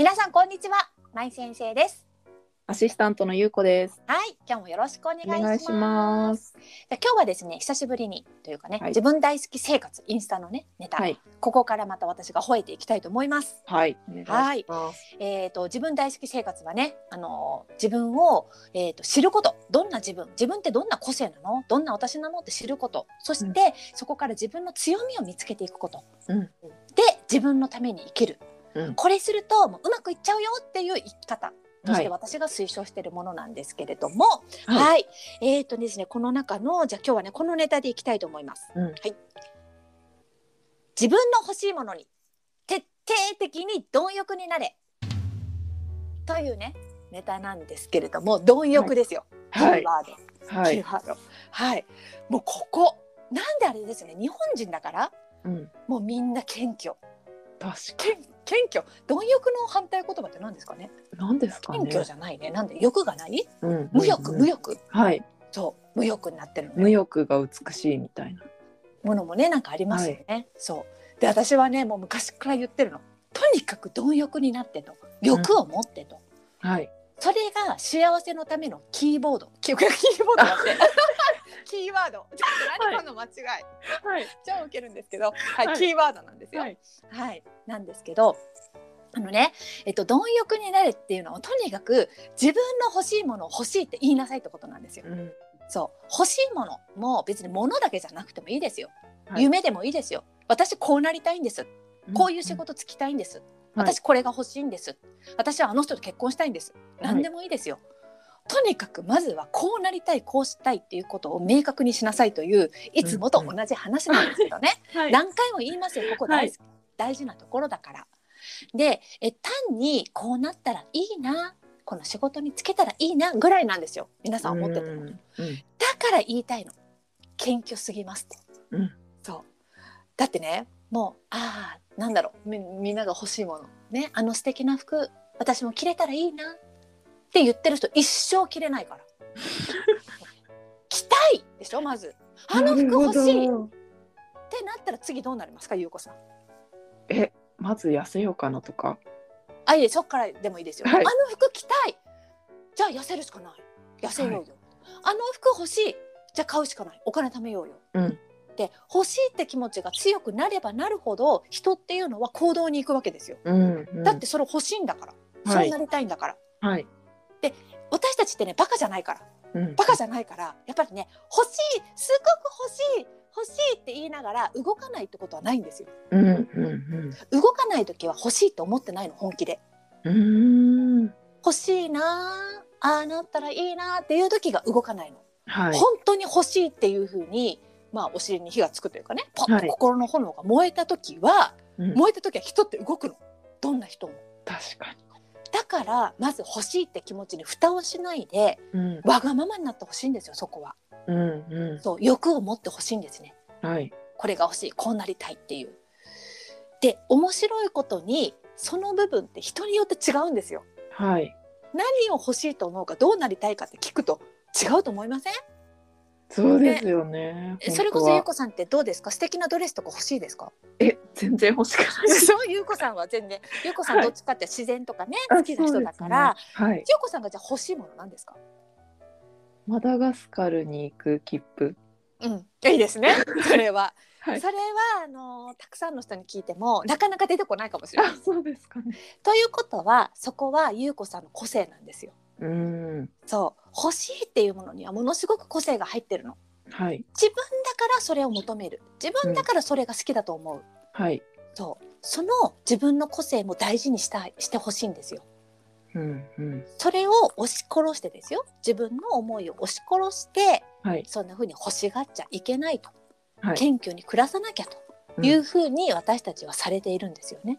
皆さんこんにちは、まい先生です。 アシスタントのゆうこです。 はい、今日もよろしくお願いします。 お願いします。 今日はですね、久しぶりにというかね、 はい、 自分大好き生活インスタのねネタ、 はい、 ここからまた私が吠えていきたいと思います。 はい、お願いします。 自分大好き生活はね、自分を、知ること、どんな自分ってどんな個性なの、どんな私なのって知ること、そして、そこから自分の強みを見つけていくこと、で自分のために生きる、これするともううまくいっちゃうよっていう生き方として私が推奨しているものなんですけれども、はい、ですね、この中のじゃあ今日はねこのネタでいきたいと思います。はい、自分の欲しいものに徹底的に貪欲になれというねネタなんですけれども、貪欲ですよ、キーワード、キーワード、はい、もうここなんであれですね、日本人だから、もうみんな謙虚、謙虚、貪欲の反対言葉って何ですかね。 何ですかね。 謙虚じゃないね。なんで欲がない、無欲、はい、そう無欲になってるの、ね、 無欲が美しいみたいなものもねなんかありますよね。そうで、私はねもう昔から言ってるの、とにかく貪欲になってと、欲を持ってと、はい、それが幸せのためのキーボード、キーボードだってキーワード、ちょっと何かの間違い、はい、超ウケるんですけど、はい、キーワードなんですよ。はい、はい、なんですけど、貪欲になれっていうのはとにかく自分の欲しいものを欲しいって言いなさいってことなんですよ。そう欲しいものも別に物だけじゃなくてもいいですよ、夢でもいいですよ。私こうなりたいんです、こういう仕事つきたいんです、私これが欲しいんです、私はあの人と結婚したいんです、何でもいいですよ。とにかくまずはこうなりたい、こうしたいっていうことを明確にしなさいといういつもと同じ話なんですけどね、何回も言いますよ、ここ大事なところだから。で単にこうなったらいいな、この仕事に就けたらいいなぐらいなんですよ、皆さん思ってても。だから言いたいの、謙虚すぎますと。そうだってね、もうなんだろう、みんなが欲しいものね、あの素敵な服私も着れたらいいなって言ってる人一生着れないから着たいでしょ、まずあの服欲しいってなったら次どうなりますか、ゆうこさん。 まず痩せようかなとか、 いい、そっからでもいいですよ、あの服着たい、じゃあ痩せるしかない、痩せようよ、あの服欲しい、じゃあ買うしかない、お金貯めようよ、で欲しいって気持ちが強くなればなるほど人っていうのは行動に行くわけですよ、だってそれ欲しいんだから、そうなりたいんだから、で私たちってねバカじゃないから、バカじゃないからやっぱりね、欲しい、すごく欲しいって言いながら動かないってことはないんですよ。動かない時は欲しいと思ってないの、本気で。欲しいなあ、なったらいいなっていう時が動かないの、本当に欲しいっていう風に、お尻に火がつくというかね、ポッと心の炎が燃えた時は、人って動くの、どんな人も。 確かに。 だからまず欲しいって気持ちに蓋をしないで、わがままになってほしいんですよ、そこは。そう欲を持ってほしいんですね、これが欲しい、こうなりたいっていう。で面白いことにその部分って人によって違うんですよ。何を欲しいと思うか、どうなりたいかって聞くと違うと思いません？ そうですよね。 それこそゆうこさんってどうですか？素敵なドレスとか欲しいですか？ 全然欲しくないそうゆうこさんは全然、ゆうこさんどっちかって自然とかね、好きな人だから、ゆうこさんがじゃあ欲しいものなんですか？ マダガスカルに行く切符。 いいですね、それは。それはたくさんの人に聞いてもなかなか出てこないかもしれない。 そうですかね。 ということはそこはゆうこさんの個性なんですよ。そう欲しいっていうものにはものすごく個性が入ってるの。自分だからそれを求める、自分だからそれが好きだと思う。その自分の個性も大事にしてほしいんですよ。それを押し殺してですよ、自分の思いを押し殺して、そんな風に欲しがっちゃいけないと、謙虚に暮らさなきゃという風に私たちはされているんですよね。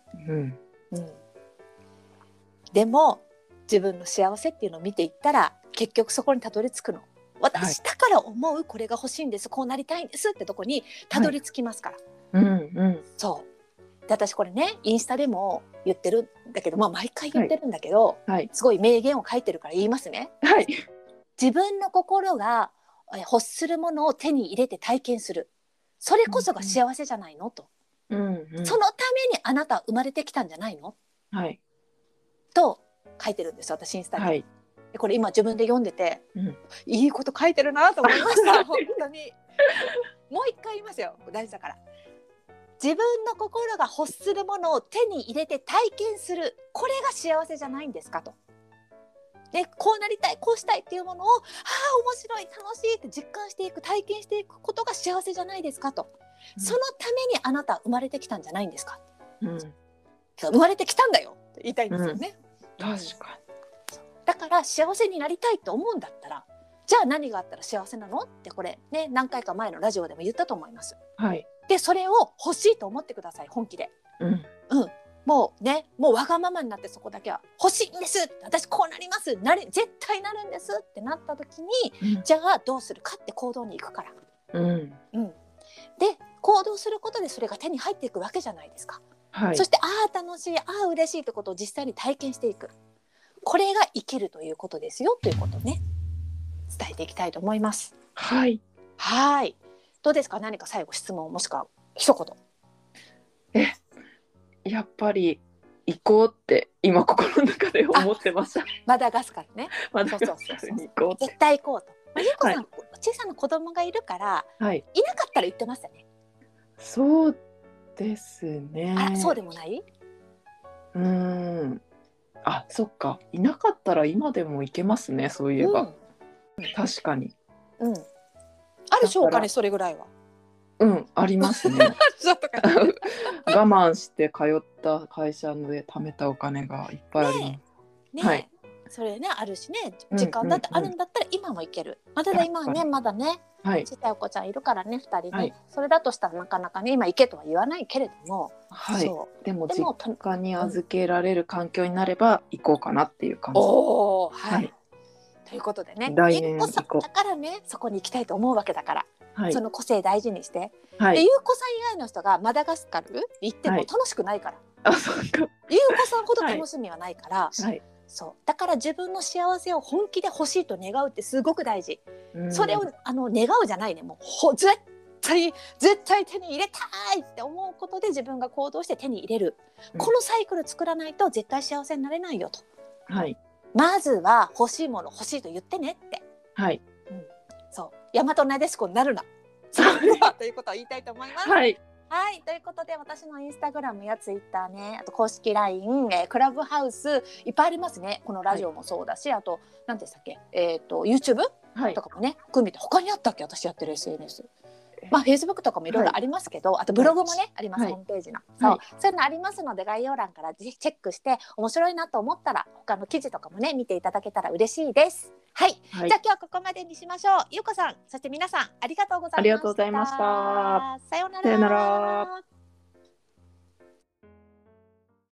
でも自分の幸せっていうのを見ていったら結局そこにたどり着くの、私だから思うこれが欲しいんです、こうなりたいんですってとこにたどり着きますから。そうで私これねインスタでも言ってるんだけど、毎回言ってるんだけど、すごい名言を書いてるから言いますね。自分の心が欲するものを手に入れて体験する、それこそが幸せじゃないのと、そのためにあなたは生まれてきたんじゃないの、 と書いてるんです私インスタに、 はい、 でこれ今自分で読んでて、 うん、 いいこと書いてるなと思いました本当に。もう一回言いますよ、大事だから。自分の心が欲するものを手に入れて体験する、これが幸せじゃないんですかと。でこうなりたい、こうしたいっていうものを面白い、楽しいって実感していく、体験していくことが幸せじゃないですかと、そのためにあなた生まれてきたんじゃないんですか、生まれてきたんだよって言いたいんですよね、 確かに。 だから幸せになりたいと思うんだったら、じゃあ何があったら幸せなのってこれね、何回か前のラジオでも言ったと思います。 はい。 でそれを欲しいと思ってください、本気で。もうわがままになって、そこだけは欲しいんです、私こうなります、絶対なるんですってなった時に、じゃあどうするかって行動に行くから、で行動することでそれが手に入っていくわけじゃないですか、そして楽しい、嬉しいってことを実際に体験していく、これが生きるということですよということをね、伝えていきたいと思います。 はい。 どうですか、何か最後質問もしくは一言。 やっぱり行こうって今心の中で思ってました。 マダガスカルね。 マダガスカルに行こうって。 絶対行こうと。ゆうこさん、小さな子供がいるから、いなかったら言ってましたね。 そうですね。 そうでもない？ そっか。いなかったら今でも行けますね、そういえば。確かに。 あるでしょうかね、それぐらいは。 ありますね。我慢して通った会社で貯めたお金がいっぱいあります。 それね、あるしね、時間だってあるんだったら今も行ける。ただ今はね、まだね、ちっちゃいお子ちゃんいるからね、2人ね、それだとしたらなかなかね、今行けとは言わないけれども、 でも実家に預けられる環境になれば行こうかなっていう感じ。 ということでね、 来年行こう。 だからね、そこに行きたいと思うわけだから、その個性大事にして、 でゆうこさん以外の人がマダガスカル行っても楽しくないから、ゆうこさんほど楽しみはないから、だから自分の幸せを本気で欲しいと願うってすごく大事。それを願うじゃないね、もう絶対手に入れたいって思うことで自分が行動して手に入れる、このサイクル作らないと絶対幸せになれないよと。まずは欲しいもの欲しいと言ってねって。大和なでしこになるなということを言いたいと思います。ということで、私のインスタグラムやツイッターね、あと公式 LINE、クラブハウスいっぱいありますね。このラジオもそうだし、あと何でしたっけ、YouTube とかもね含めて、他にあったっけ、私やってる SNS。Facebook とかもいろいろありますけど、あとブログもね、あります、ホームページの。そういうのありますので、概要欄からぜひチェックして面白いなと思ったら他の記事とかもね見ていただけたら嬉しいです。じゃあ今日はここまでにしましょう。ゆうこさん、そして皆さんありがとうございました。 ありがとうございました。 さようなら。 さようなら。